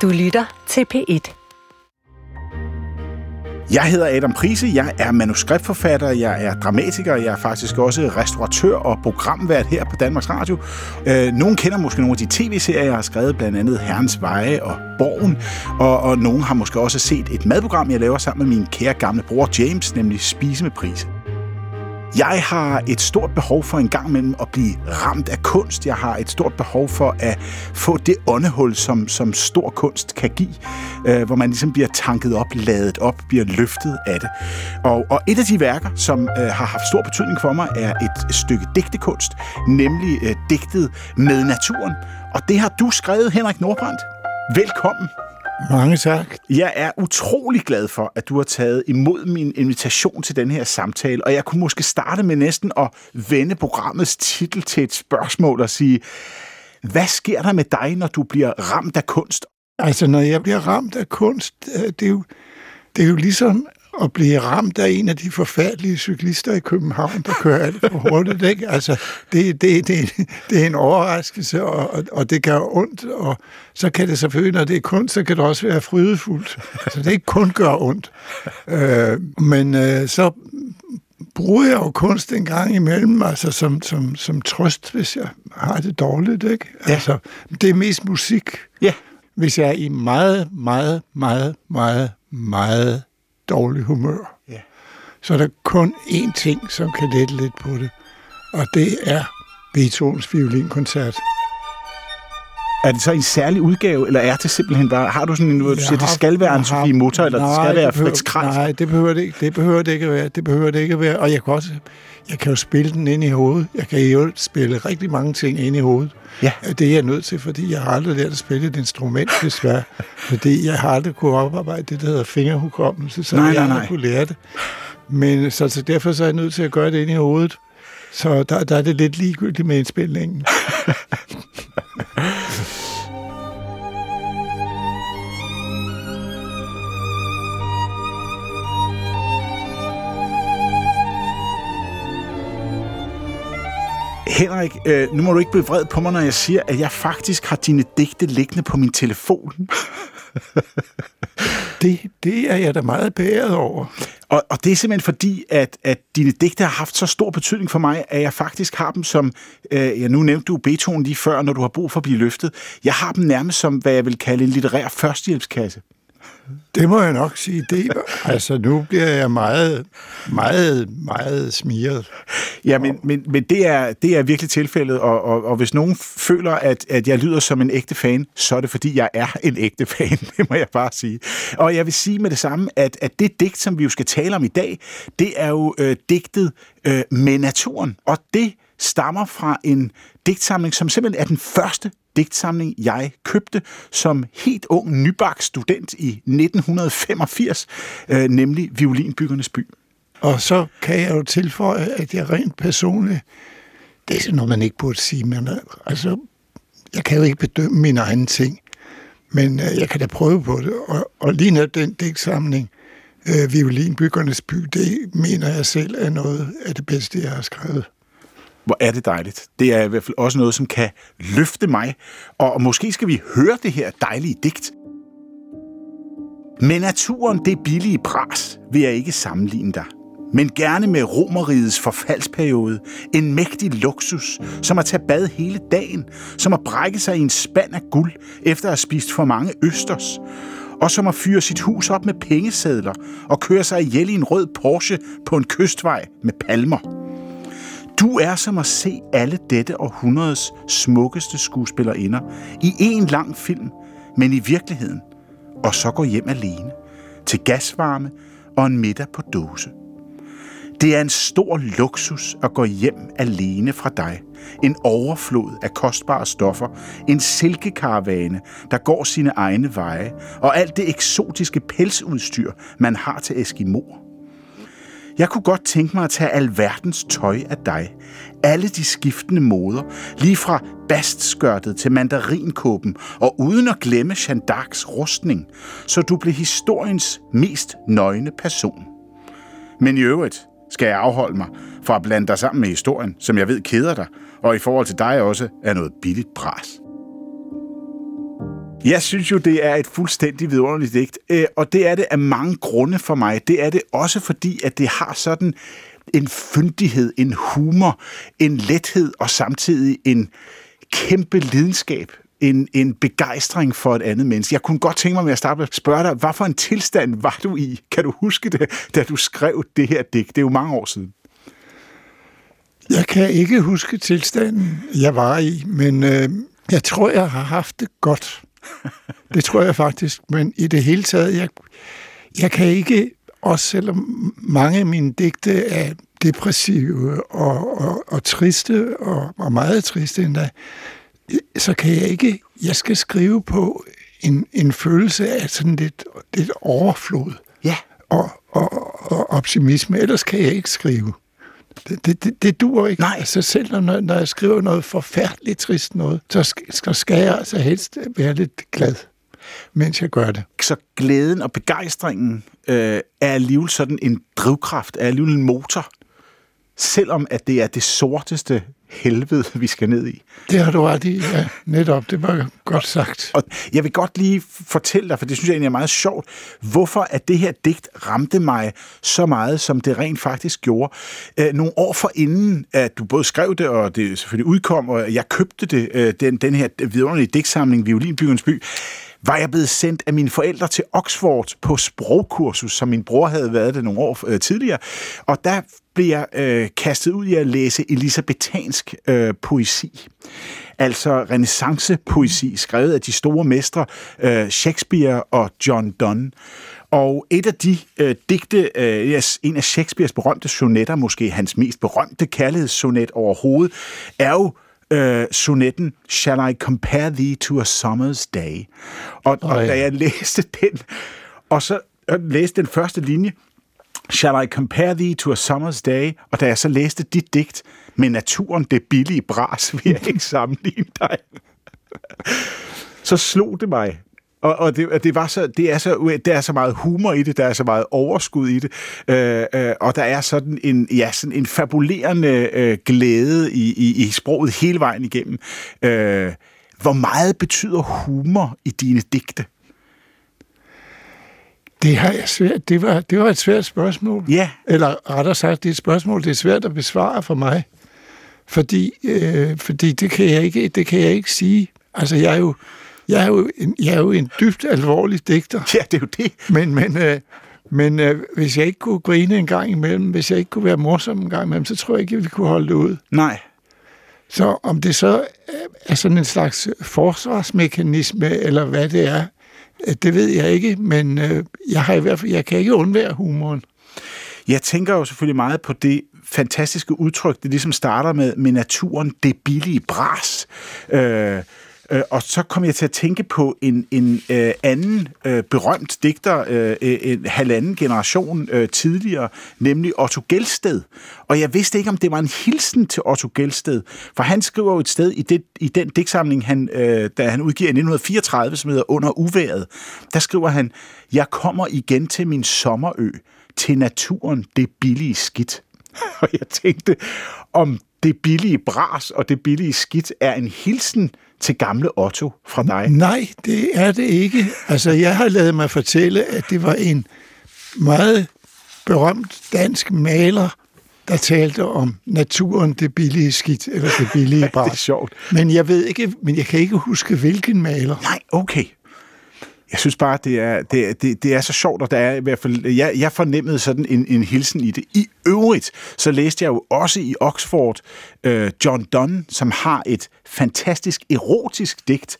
Du lytter til P1. Jeg hedder Adam Price, jeg er manuskriptforfatter, jeg er dramatiker, jeg er faktisk også restauratør og programvært her på Danmarks Radio. Nogen kender måske nogle af de tv-serier, jeg har skrevet, blandt andet Herrens Veje og Borgen, og nogen har måske også set et madprogram, jeg laver sammen med min kære gamle bror James, nemlig Spise med Price. Jeg har et stort behov for en gang imellem at blive ramt af kunst. Jeg har et stort behov for at få det åndehul, som stor kunst kan give, hvor man ligesom bliver tanket op, ladet op, bliver løftet af det. Og et af de værker, som har haft stor betydning for mig, er et stykke digtekunst, nemlig digtet Med naturen. Og det har du skrevet, Henrik Nordbrandt. Velkommen. Mange tak. Jeg er utrolig glad for, at du har taget imod min invitation til den her samtale, og jeg kunne måske starte med næsten at vende programmets titel til et spørgsmål og sige, hvad sker der med dig, når du bliver ramt af kunst? Altså, når jeg bliver ramt af kunst, det er jo ligesom at blive ramt af en af de forfærdelige cyklister i København, der kører alt for hurtigt, ikke? Altså, det er en overraskelse, og det gør ondt, og så kan det selvfølgelig, når det er kunst, så kan det også være frydefuldt. Så det ikke kun gør ondt. Men så bruger jeg jo kunst en gang imellem, altså som trøst, hvis jeg har det dårligt, ikke? Ja. Altså, det er mest musik. Ja. Hvis jeg er i meget dårlig humør, Ja. så er der kun én ting, som kan lette lidt på det, og det er Beethovens violinkoncert. Er det så en særlig udgave, eller er det simpelthen bare, har du sådan en, hvor du siger, det skal være en Sofie Motor, eller det skal være Fritz Kranz? Nej, det behøver det ikke at være, og jeg kan jo spille den ind i hovedet. Jeg kan jo spille rigtig mange ting ind i hovedet. Ja. Det er jeg nødt til, fordi jeg har aldrig lært at spille et instrument, desværre. Fordi jeg har aldrig kunne oparbejde det, der hedder fingerhukommelse, så jeg aldrig kunne lære det. Men så derfor så er jeg nødt til at gøre det ind i hovedet. Så der er det lidt ligegyldigt med indspilningen. Henrik, nu må du ikke blive vred på mig, når jeg siger, at jeg faktisk har dine digte liggende på min telefon. Det er jeg da meget beæret over. Og det er simpelthen fordi, at dine digte har haft så stor betydning for mig, at jeg faktisk har dem som, nu nævnte du Beethoven lige før, når du har brug for at blive løftet. Jeg har dem nærmest som, hvad jeg vil kalde en litterær førstehjælpskasse. Det må jeg nok sige. Altså, nu bliver jeg meget smiret. Ja, men det er virkelig tilfældet, og hvis nogen føler, at jeg lyder som en ægte fan, så er det, fordi jeg er en ægte fan, det må jeg bare sige. Og jeg vil sige med det samme, at det digt, som vi jo skal tale om i dag, det er jo digtet Med naturen, og det stammer fra en digtsamling, som simpelthen er den første digtsamling, jeg købte som helt ung nybagt student i 1985, nemlig Violinbyggernes By. Og så kan jeg jo tilføje, at jeg rent personligt, det er sådan noget, man ikke burde sige, men altså, jeg kan jo ikke bedømme mine egne ting, men jeg kan da prøve på det. Og lige når den digtsamling, Violinbyggernes By, det mener jeg selv er noget af det bedste, jeg har skrevet. Hvor er det dejligt. Det er i hvert fald også noget, som kan løfte mig. Og måske skal vi høre det her dejlige digt. Med naturen, det billige bras, vil jeg ikke sammenligne dig. Men gerne med Romerrigets forfaldsperiode. En mægtig luksus, som at tage bad hele dagen. Som at brække sig i en spand af guld, efter at have spist for mange østers. Og som at fyre sit hus op med pengesedler og køre sig ihjel i en rød Porsche på en kystvej med palmer. Du er som at se alle dette århundredes smukkeste skuespillerinder i en lang film, men i virkeligheden, og så går hjem alene, til gasvarme og en middag på dåse. Det er en stor luksus at gå hjem alene fra dig. En overflod af kostbare stoffer, en silkekaravane, der går sine egne veje, og alt det eksotiske pelsudstyr, man har til eskimoer. Jeg kunne godt tænke mig at tage alverdens tøj af dig. Alle de skiftende moder, lige fra bastskørtet til mandarinkåben, og uden at glemme Jeanne d'Arcs rustning, så du blev historiens mest nøgne person. Men i øvrigt skal jeg afholde mig fra at blande dig sammen med historien, som jeg ved keder dig, og i forhold til dig også er noget billigt bras. Jeg synes jo, det er et fuldstændig vidunderligt digt, og det er det af mange grunde for mig. Det er det også fordi, at det har sådan en fyndighed, en humor, en lethed og samtidig en kæmpe lidenskab. En begejstring for et andet menneske. Jeg kunne godt tænke mig med at starte med at spørge dig, hvad for en tilstand var du i? Kan du huske det, da du skrev det her digt? Det er jo mange år siden. Jeg kan ikke huske tilstanden, jeg var i, men jeg tror, jeg har haft det godt. Det tror jeg faktisk, men i det hele taget, jeg kan ikke, også selvom mange af mine digte er depressive og triste, og meget triste endda, så kan jeg ikke, jeg skal skrive på en følelse af sådan lidt overflod. Ja. Og optimisme, ellers kan jeg ikke skrive. Det duer ikke. Nej. Altså selv når jeg skriver noget forfærdeligt trist noget, så skal jeg altså helst være lidt glad, mens jeg gør det. Så glæden og begejstringen er alligevel sådan en drivkraft, er alligevel en motor, selvom at det er det sorteste helvede, vi skal ned i. Det har du ret i, ja, netop. Det var godt sagt. Og jeg vil godt lige fortælle dig, for det synes jeg egentlig er meget sjovt, hvorfor at det her digt ramte mig så meget, som det rent faktisk gjorde. Nogle år forinden, at du både skrev det, og det selvfølgelig udkom, og jeg købte det, den her vidunderlige digtsamling, Violinbyggerens by, var jeg blevet sendt af mine forældre til Oxford på sprogkursus, som min bror havde været det nogle år tidligere. Og der blev jeg kastet ud i at læse elisabetansk poesi. Altså renæssancepoesi, skrevet af de store mestre Shakespeare og John Donne. Og et af de digte, en af Shakespeares berømte sonetter, måske hans mest berømte kærlighedssonet overhovedet, er jo sonetten Shall I compare thee to a summer's day? Og da jeg læste den, og så læste den første linje, Shall I compare thee to a summer's day? Og da jeg så læste dit digt med naturen, det billige bras, vil jeg ikke sammenligne dig. Så slog det mig. Og det er så meget humor i det, der er så meget overskud i det, og der er sådan en fabulerende glæde i sproget hele vejen igennem. Hvor meget betyder humor i dine digte? Det har jeg svært. Det var et svært spørgsmål. Ja. Eller rettere sagt, det er et spørgsmål, det er svært at besvare for mig. Fordi det kan jeg ikke sige. Altså, jeg er jo en dybt alvorlig digter. Ja, det er jo det. Men hvis jeg ikke kunne grine en gang imellem, hvis jeg ikke kunne være morsom en gang imellem, så tror jeg ikke, vi kunne holde det ud. Nej. Så om det så er sådan en slags forsvarsmekanisme, eller hvad det er, det ved jeg ikke, men jeg kan ikke undvære humoren. Jeg tænker jo selvfølgelig meget på det fantastiske udtryk, det ligesom starter med naturen, det billige bras. Og så kom jeg til at tænke på en anden berømt digter, en halvanden generation tidligere, nemlig Otto Gelsted. Og jeg vidste ikke, om det var en hilsen til Otto Gelsted, for han skriver jo et sted i den digtsamling, da han udgiver i 1934, som hedder Under uvejret, der skriver han, jeg kommer igen til min sommerø, til naturen, det billige skidt. Og jeg tænkte, om det billige bras og det billige skidt er en hilsen til gamle Otto fra dig? Nej, det er det ikke. Altså, jeg har ladet mig fortælle, at det var en meget berømt dansk maler, der talte om naturen, det billige skidt, eller det billige bras. Det er sjovt. Men jeg kan ikke huske, hvilken maler. Nej, okay. Jeg synes bare, det er så sjovt, og der er i hvert fald, jeg fornemmede sådan en hilsen i det. I øvrigt, så læste jeg jo også i Oxford John Donne, som har et fantastisk erotisk digt,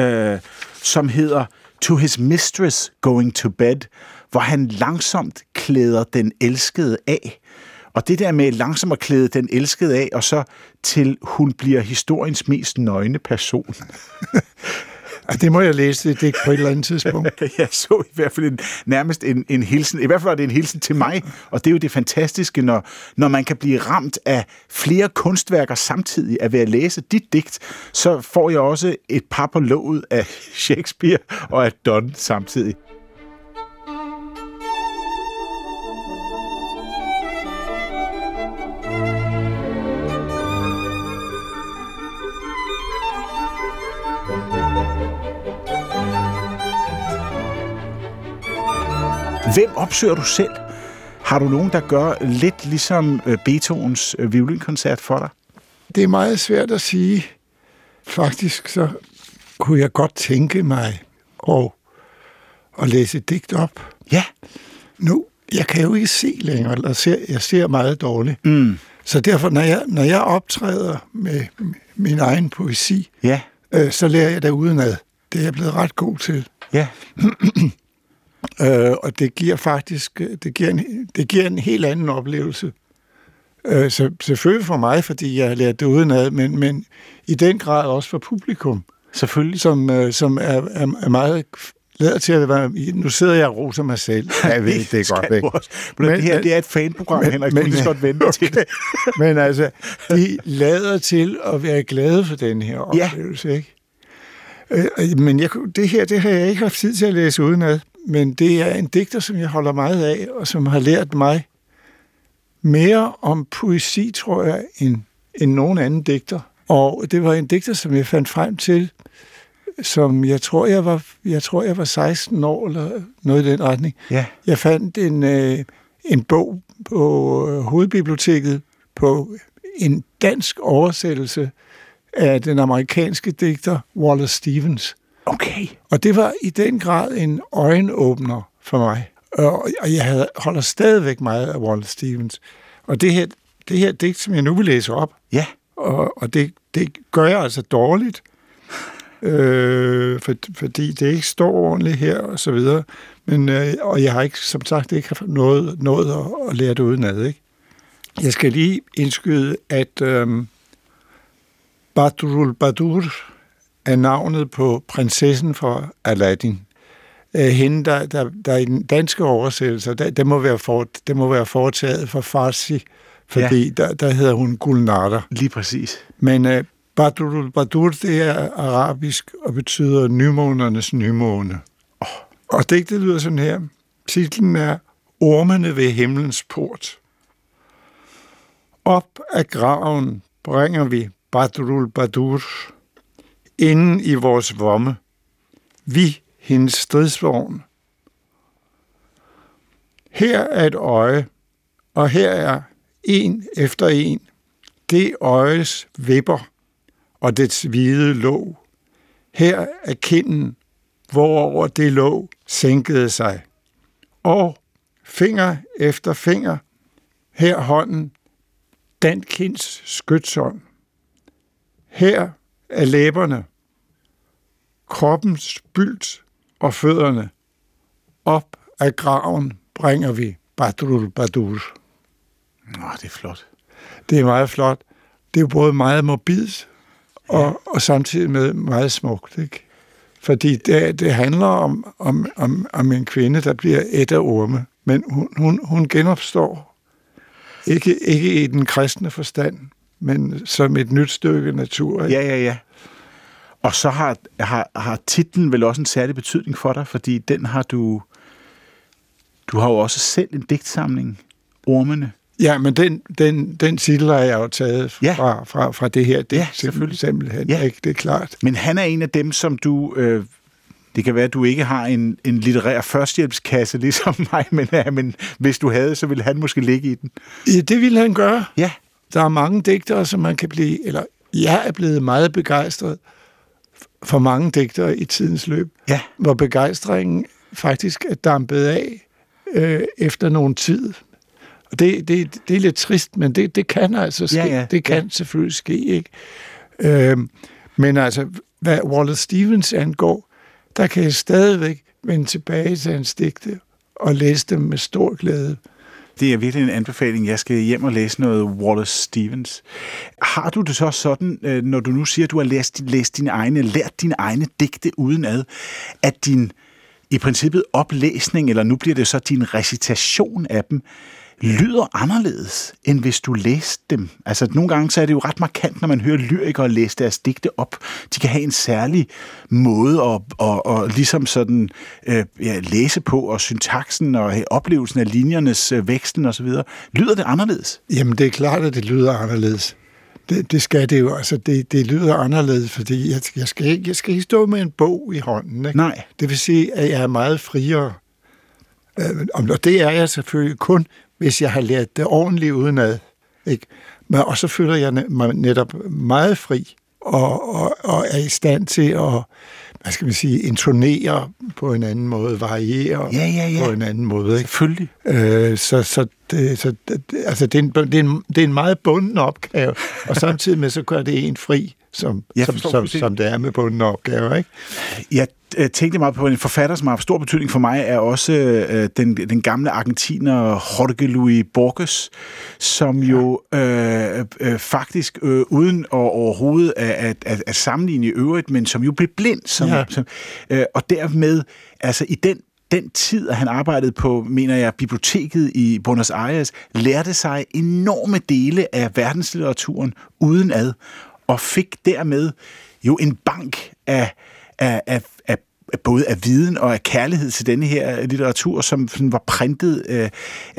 som hedder To His Mistress Going to Bed, hvor han langsomt klæder den elskede af. Og det der med langsomt at klæde den elskede af, og så til hun bliver historiens mest nøgne person. Det må jeg læse det på et eller andet tidspunkt. Jeg så i hvert fald nærmest en hilsen. I hvert fald er det en hilsen til mig, og det er jo det fantastiske, når man kan blive ramt af flere kunstværker samtidig af ved at læse dit digt, så får jeg også et par på låget af Shakespeare og af Donne samtidig. Hvem opsøger du selv? Har du nogen, der gør lidt ligesom Beethovens violinkoncert for dig? Det er meget svært at sige. Faktisk så kunne jeg godt tænke mig at læse et digt op. Ja. Nu, jeg kan jo ikke se længere, jeg ser meget dårligt. Så derfor, når jeg optræder med min egen poesi, ja. Så lærer jeg det udenad. Det er jeg blevet ret god til. Ja. Og det giver faktisk det giver en helt anden oplevelse. Så selvfølgelig for mig, fordi jeg har lært det udenad, men i den grad også for publikum. Selvfølgelig. Som er meget lader til at være... Nu sidder jeg og roser mig selv. Jeg ved det er godt, ikke? Men det her, det er et fanprogram, Henrik. Du kan godt vente til det. Men altså, de lader til at være glade for den her oplevelse, ikke? Men det her har jeg ikke haft tid til at læse udenad, men det er en digter, som jeg holder meget af, og som har lært mig mere om poesi, tror jeg, end nogen anden digter. Og det var en digter, som jeg fandt frem til, som jeg tror, jeg var 16 år, eller noget i den retning. Ja. Jeg fandt en bog på Hovedbiblioteket på en dansk oversættelse af den amerikanske digter Wallace Stevens. Okay. Og det var i den grad en øjenåbner for mig. Og jeg holder stadigvæk meget af Wallace Stevens. Og det her digt, som jeg nu vil læse op, ja. og det gør jeg altså dårligt, fordi det ikke står ordentligt her, og så videre. Men, og jeg har ikke, som sagt, ikke nået at lære det udenad, ikke? Jeg skal lige indskyde, at Badrul Badur er navnet på prinsessen fra Aladdin. Hende, der i den danske oversættelse, det må være foretaget for Farsi, fordi der hedder hun Gulnara. Lige præcis. Men Badrul Badur, det er arabisk og betyder nymånernes nymåne. Og digtet lyder sådan her. Titlen er Ormene ved himlens port. Op af graven bringer vi Badrul Badur, inden i vores vomme. Vi, hendes stridsvogn. Her er et øje, og her er en efter en. Det øjes vipper og dets hvide låg. Her er kinden, hvorover det låg sænkede sig. Og finger efter finger, her hånden, den kinds skytshånd. Her er læberne, kroppens bylt og fødderne. Op af graven bringer vi Badrul Badur. Det er flot. Det er meget flot. Det er jo både meget morbidt og samtidig med meget smukt, ikke? Fordi det handler om en kvinde, der bliver ædt af orme, men hun genopstår. Ikke i den kristne forstand, men som et nyt stykke natur. Ikke? Ja. Og så har titlen vel også en særlig betydning for dig, fordi den har du har jo også selv en digtsamling, Ormene. Ja, men den titel har jeg jo taget fra det her digt, selvfølgelig. Simpelthen. Ja. Ikke? Det er klart. Men han er en af dem, som du... det kan være, at du ikke har en litterær førstehjælpskasse ligesom mig, men hvis du havde, så ville han måske ligge i den. Ja, det ville han gøre. Ja. Der er mange digtere, som man kan blive... Eller jeg er blevet meget begejstret for mange digtere i tidens løb, hvor begejstringen faktisk er dampet af efter nogen tid. Og det er lidt trist, men det kan altså ske. Ja. Det kan selvfølgelig ske, ikke? Men altså, hvad Wallace Stevens angår, der kan jeg stadigvæk vende tilbage til hans digte og læse dem med stor glæde. Det er virkelig en anbefaling. Jeg skal hjem og læse noget Wallace Stevens. Har du det så sådan, når du nu siger, at du har lært dine egne digte udenad, at din i princippet oplæsning, eller nu bliver det så din recitation af dem, lyder anderledes, end hvis du læste dem? Altså, nogle gange så er det jo ret markant, når man hører lyrikere læse deres digte op. De kan have en særlig måde at ligesom sådan læse på, og syntaksen og oplevelsen af linjernes vekslen osv. Lyder det anderledes? Jamen, det er klart, at det lyder anderledes. Det skal det jo. Altså, det lyder anderledes, fordi jeg skal ikke stå med en bog i hånden. Ikke? Nej. Det vil sige, at jeg er meget friere. Og det er jeg selvfølgelig kun, hvis jeg har lært det ordentligt udenad. Ikke? Men, og så føler jeg mig netop meget fri, og er i stand til at, hvad skal man sige, intonere på en anden måde, variere på en anden måde. Ikke? Selvfølgelig. Det er en meget bunden opgave, og samtidig med så gør det en fri, som det er med bunden opgave. Ikke? Jeg tænkte meget på en forfatter, som har haft stor betydning for mig, er også den gamle argentiner Jorge Luis Borges, som jo faktisk uden overhovedet at sammenligne i øvrigt, men som jo blev blind. Og dermed, altså i den tid, at han arbejdede på, mener jeg, biblioteket i Buenos Aires, lærte sig enorme dele af verdenslitteraturen udenad, og fik dermed jo en bank af både af viden og af kærlighed til denne her litteratur, som var printet.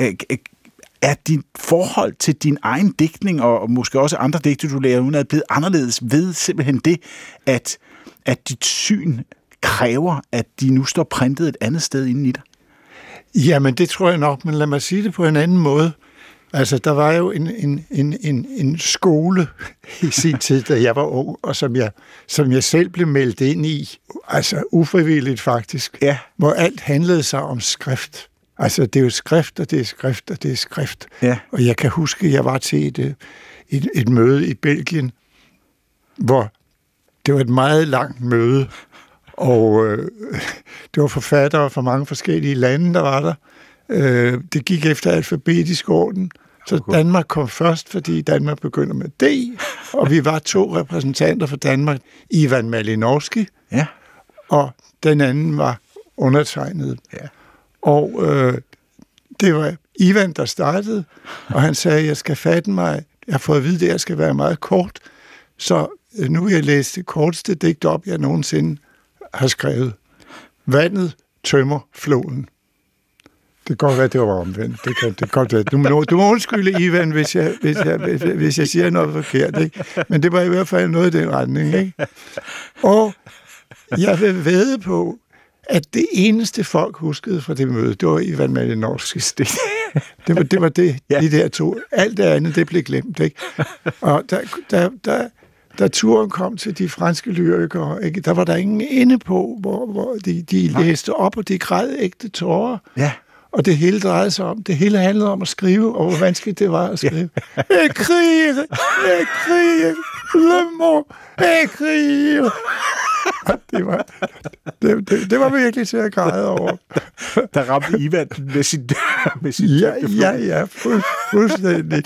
Er dit forhold til din egen digtning, og måske også andre digte, du lærer udenad, blevet anderledes ved simpelthen det, at dit syn kræver, at de nu står printet et andet sted inden i dig? Jamen, det tror jeg nok, men lad mig sige det på en anden måde. Altså, der var jo en skole i sin tid, da jeg var ung, og som jeg selv blev meldt ind i, altså ufrivilligt faktisk, hvor alt handlede sig om skrift. Altså, det er jo skrift, og det er skrift, og det er skrift. Ja. Og jeg kan huske, at jeg var til et møde i Belgien, hvor det var et meget langt møde, og det var forfattere fra mange forskellige lande, der var der. Det gik efter alfabetisk orden, så Danmark kom først, fordi Danmark begynder med D, og vi var 2 repræsentanter for Danmark, Ivan Malinowski, og den anden var undertegnet. Ja. Og det var Ivan, der startede, og han sagde, jeg skal fatte mig, jeg har fået at vide, at jeg skal være meget kort, så nu vil jeg læse det korteste digt op, jeg nogensinde har skrevet. Vandet tømmer floden. Det kan godt være, det var omvendt. Det kan godt være. Du må undskylde, Ivan, hvis jeg siger noget forkert. Ikke? Men det var i hvert fald noget i den retning. Ikke? Og jeg vil vædde på, at det eneste folk huskede fra det møde, det var Ivan Malinowskis digt. Det var det, de der 2. Alt det andet, det blev glemt. Ikke? Og da turen kom til de franske lyrikere, ikke, der var der ingen inde på, hvor de læste op, og de græd ægte tårer. Ja. Og det hele drejede sig om, det hele handlede om at skrive, og hvor vanskeligt det var at skrive. Écrire, le mot, écrire. Det var virkelig til at græde over. Der ramte Ivan med sin Ja, fuldstændig.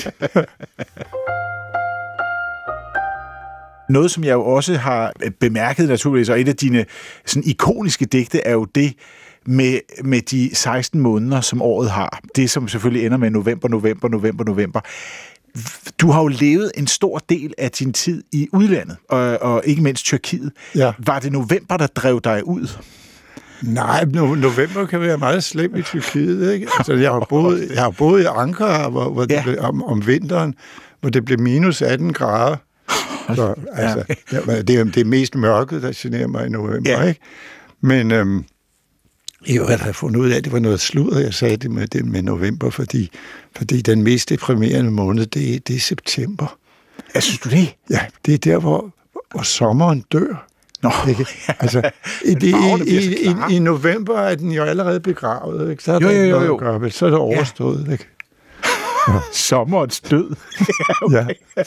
Noget, som jeg jo også har bemærket naturligvis, og et af dine sådan ikoniske digte, er jo det med de 16 måneder, som året har. Det, som selvfølgelig ender med november. Du har jo levet en stor del af din tid i udlandet, og ikke mindst Tyrkiet. Ja. Var det november, der drev dig ud? Nej, november kan være meget slem i Tyrkiet, ikke? Altså, jeg har boet i Ankara, hvor det blev, om vinteren, hvor det blev minus 18 grader. Så, altså, det er mest mørket, der generer mig i november, ikke? Men jeg havde fundet ud af, at det var noget sludder, jeg sagde det med november, fordi den mest deprimerende måned, det er september. Ja, synes du det? Ja, det er der, hvor sommeren dør. Nå, ikke? Altså, i november er den jo allerede begravet, ikke? Så er der ikke noget at gøre, så er det overstået, ikke? Sommerens død. Ja.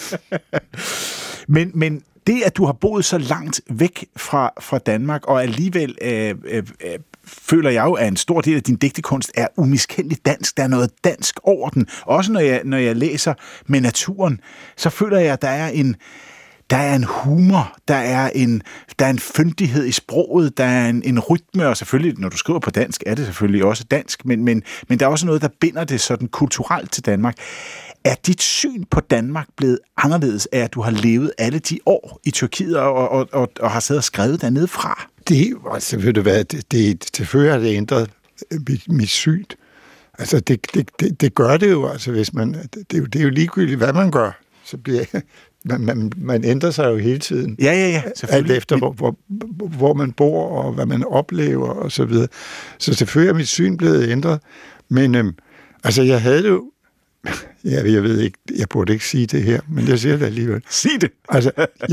Men det, at du har boet så langt væk fra Danmark, og alligevel føler jeg jo, at en stor del af din digtekunst er umiskendeligt dansk. Der er noget dansk over den. Også når jeg læser med naturen, så føler jeg, at der er en humor, der er en fyndighed i sproget, der er en rytme, og selvfølgelig, når du skriver på dansk, er det selvfølgelig også dansk, men der er også noget, der binder det sådan kulturelt til Danmark. Er dit syn på Danmark blevet anderledes af, at du har levet alle de år i Tyrkiet og har siddet og skrevet dernede fra? Det, altså, ved du hvad, selvfølgelig har det ændret mit syn. Altså, det gør det jo, altså, hvis man, det er jo ligegyldigt, hvad man gør, så bliver man ændrer sig jo hele tiden. Ja, selvfølgelig. Alt efter, hvor man bor, og hvad man oplever, og så videre. Så selvfølgelig er mit syn blevet ændret. Men altså, jeg havde det jo... Jeg ved ikke, jeg burde ikke sige det her, men jeg siger det alligevel. Sig det! Altså,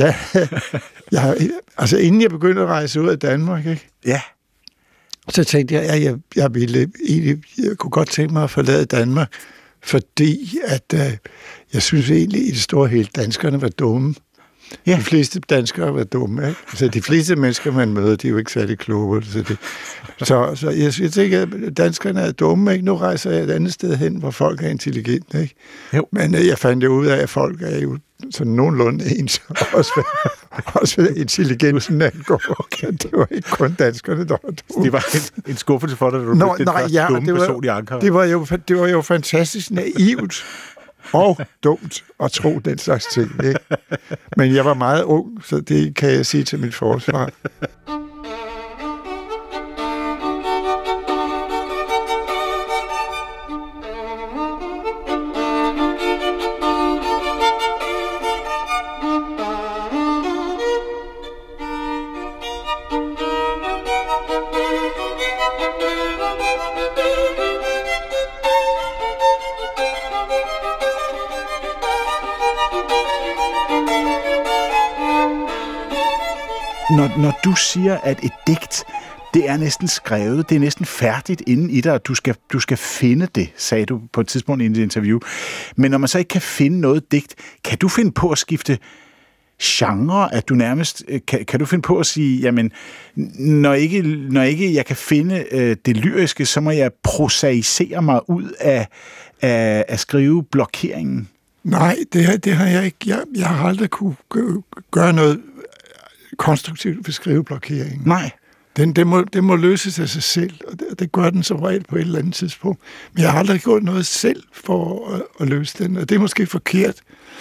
altså inden jeg begyndte at rejse ud af Danmark, ikke? Ja. Så tænkte jeg, at jeg kunne godt tænke mig at forlade Danmark, fordi at jeg synes egentlig, i det store hele, danskerne var dumme. Ja. De fleste danskere var dumme, ikke? Altså, de fleste mennesker, man møder, de er jo ikke særlig kloge. Så jeg tænker, at danskerne er dumme, ikke? Nu rejser jeg et andet sted hen, hvor folk er intelligente, ikke? Jo. Men jeg fandt jo ud af, at folk er jo sådan nogenlunde ens, også hvad intelligensen angår. Okay. Det var ikke kun danskerne, der var dumme. Det var en skuffelse for dig, da du blev den første dumme person i Ankara. Det var jo fantastisk naivt og dumt at tro den slags ting, ikke? Men jeg var meget ung, så det kan jeg sige til mit forsvar. Når du siger, at et digt, det er næsten skrevet, det er næsten færdigt inden i dig, og du skal finde det, sagde du på et tidspunkt i et interview. Men når man så ikke kan finde noget digt, kan du finde på at skifte genre, at du nærmest, kan du finde på at sige, jamen, når ikke jeg kan finde det lyriske, så må jeg prosaisere mig ud af skrive blokeringen? Nej, det har jeg ikke. Jeg har aldrig kunne gøre noget konstruktivt ved skriveblokeringen. Nej. Den må løses af sig selv, og det gør den som regel på et eller andet tidspunkt. Men jeg har aldrig gjort noget selv for at løse den, og det er måske forkert.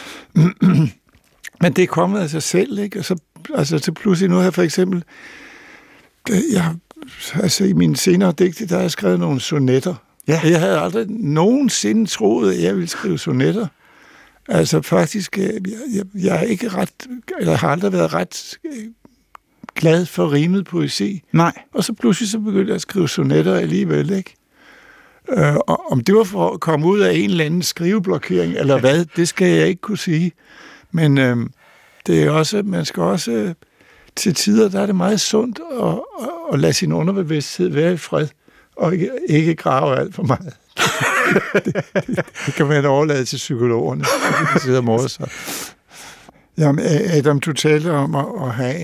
Men det er kommet af sig selv, ikke? Og så pludselig nu her for eksempel, i mine senere digte, der har jeg skrevet nogle sonetter. Ja. Jeg havde aldrig nogensinde troet, at jeg ville skrive sonetter. Altså faktisk, jeg er ikke har aldrig været ret glad for rimet poesi. Nej. Og så pludselig så begyndte jeg at skrive sonetter alligevel, ikke? Og om det var for at komme ud af en eller anden skriveblokering, eller hvad, det skal jeg ikke kunne sige. Men det er også, man skal også til tider, der er det meget sundt at lade sin underbevidsthed være i fred, og ikke grave alt for meget. det kan man overlade til psykologerne, der sidder og morder sig. Jamen, Adam, du talte om at have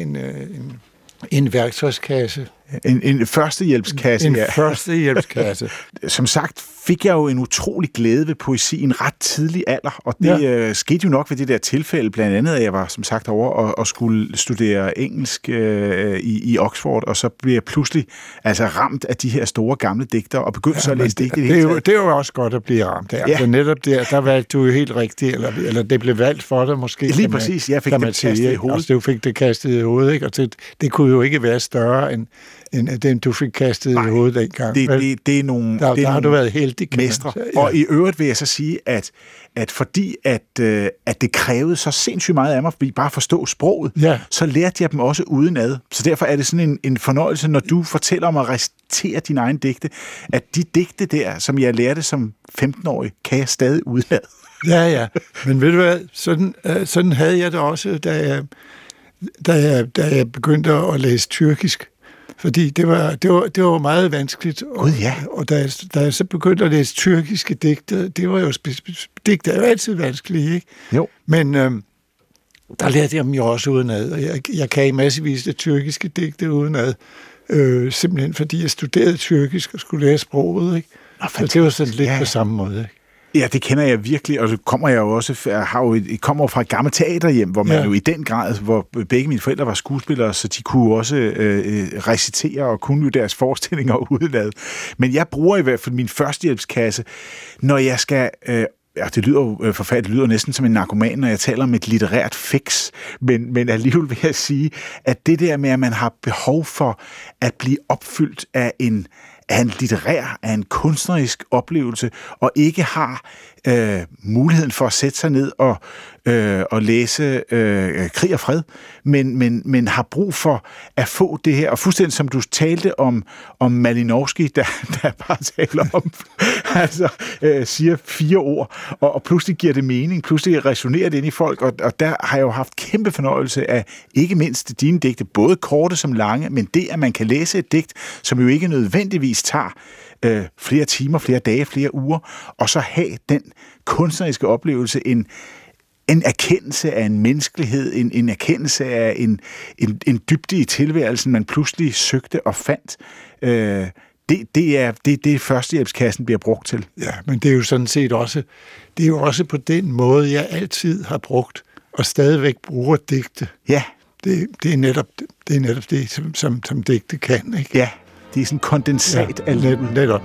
en værktøjskasse. En førstehjælpskasse. En førstehjælpskasse. Som sagt fik jeg jo en utrolig glæde ved poesi i en ret tidlig alder, og det skete jo nok ved det der tilfælde, blandt andet, at jeg var som sagt over og skulle studere engelsk i Oxford, og så blev jeg pludselig ramt af de her store gamle digtere, og begyndte så at læse digte. Det er jo også godt at blive ramt af. Ja. Altså, netop der valgte du jo helt rigtigt, eller det blev valgt for dig måske. Lige præcis, jeg fik det kastet i hovedet. Altså, du fik det kastet i hovedet, ikke? Og det kunne jo ikke være større end den, du fik kastet i hovedet dengang. Det er nogle... Der har du været heldig, mestre. Ja. Og i øvrigt vil jeg så sige, at fordi det krævede så sindssygt meget af mig, fordi bare forstå sproget, så lærte jeg dem også udenad. Så derfor er det sådan en fornøjelse, når du fortæller om at recitere dine egne digte, at de digte der, som jeg lærte som 15-årig, kan jeg stadig udenad. Ja. Men ved du hvad, sådan havde jeg det også, da jeg begyndte at læse tyrkisk. Fordi det var meget vanskeligt. Og da jeg så begyndte at læse tyrkiske digte, det var jo digte er jo altid vanskelige, ikke? Jo. Men der lærte jeg dem jo også udenad, og jeg kan i massevis af tyrkiske digte udenad, simpelthen fordi jeg studerede tyrkisk og skulle lære sproget, ikke? Så det var sådan lidt på samme måde, ikke? Ja, det kender jeg virkelig, og så kommer jeg jo også kommer fra et gammelt teaterhjem, hvor man jo i den grad, hvor begge mine forældre var skuespillere, så de kunne også recitere og kunne jo deres forestillinger udenad. Men jeg bruger i hvert fald min førstehjælpskasse, når jeg skal... det lyder jo forfærdeligt, det lyder næsten som en narkoman, når jeg taler om et litterært fix, men alligevel vil jeg sige, at det der med, at man har behov for at blive opfyldt af en litterær, af en kunstnerisk oplevelse, og ikke har muligheden for at sætte sig ned og og læse Krig og Fred, men har brug for at få det her, og fuldstændig som du talte om Malinowski, der bare taler om, altså siger 4 ord, og pludselig giver det mening, pludselig resonerer det ind i folk, og der har jeg jo haft kæmpe fornøjelse af ikke mindst dine digte, både korte som lange, men det, at man kan læse et digt, som jo ikke nødvendigvis tager flere timer, flere dage, flere uger, og så have den kunstneriske oplevelse, en erkendelse af en menneskelighed, en erkendelse af en dybde i tilværelsen, man pludselig søgte og fandt. Det er det, førstehjælpskassen bliver brugt til. Ja, men det er jo sådan set også, det er jo også på den måde, jeg altid har brugt, og stadigvæk bruger digte. Ja. Det er netop det, som digte kan, ikke? Ja, det er sådan kondensat af livet. Netop.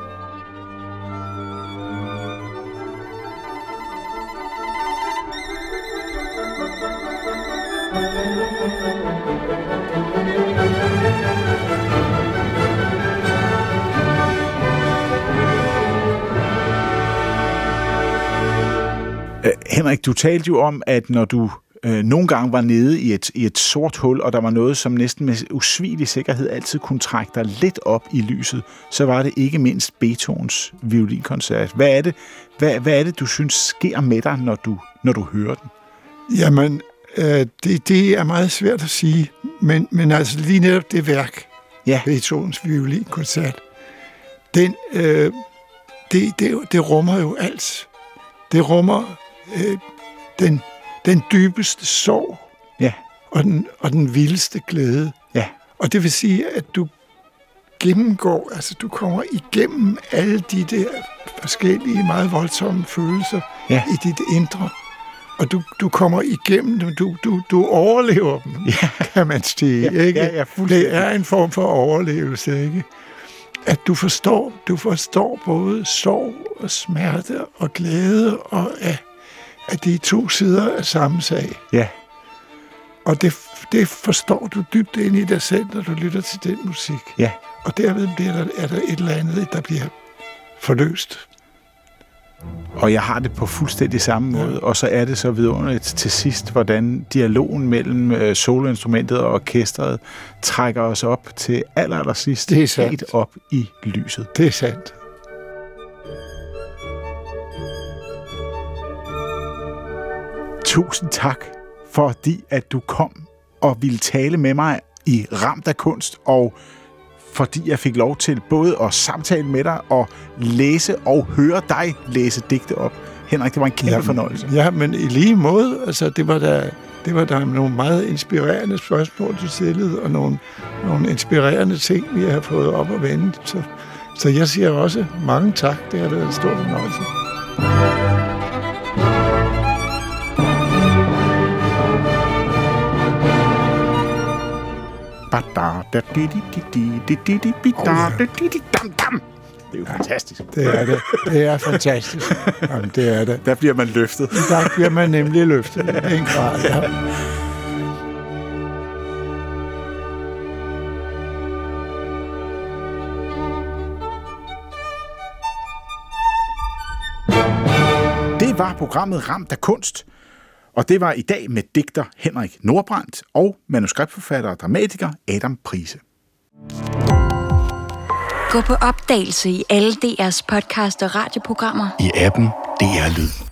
Henrik, du talte jo om, at når du nogle gange var nede i et sort hul, og der var noget, som næsten med usvigelig sikkerhed altid kunne trække dig lidt op i lyset, så var det ikke mindst Beethovens violinkoncert. Hvad er det, du synes sker med dig, når du hører den? Jamen, det er meget svært at sige, men altså lige netop det værk, ja. Beethovens violinkoncert, det rummer jo alt. Det rummer den dybeste sorg, ja. og den vildeste glæde. Ja. Og det vil sige, at du gennemgår, altså du kommer igennem alle de der forskellige, meget voldsomme følelser, ja. I dit indre. Og du kommer igennem dem, du overlever dem, ja. Kan man sige. Ja, ikke? Ja, det er en form for overlevelse, ikke? At du forstår både sorg og smerte og glæde, og at de 2 sider af samme sag. Ja. Og det forstår du dybt ind i dig selv, når du lytter til den musik. Ja. Og derved er der et eller andet, der bliver forløst. Og jeg har det på fuldstændig samme måde, og så er det så vidunderligt til sidst, hvordan dialogen mellem soloinstrumentet og orkestret trækker os op til allersidst, helt op i lyset. Det er sandt. Tusind tak, fordi at du kom og ville tale med mig i Ramt af Kunst, og fordi jeg fik lov til både at samtale med dig og læse og høre dig læse digte op. Henrik, det var en kæmpe fornøjelse. Ja, men i lige måde, altså det var der nogle meget inspirerende spørgsmål, du stillede, og nogle inspirerende ting, vi har fået op at vende. Så jeg siger også mange tak. Det har været en stor fornøjelse. Det er jo fantastisk. Det er det. Det er fantastisk. Jamen, det er det. Der bliver man løftet. Der bliver man nemlig løftet. En grad, ja. Det var programmet Ramt af Kunst, og det var i dag med digter Henrik Nordbrandt og manuskriptforfatter og dramatiker Adam Price. Gå på opdagelse i alle DR's podcast og radioprogrammer. I appen DR Lyd.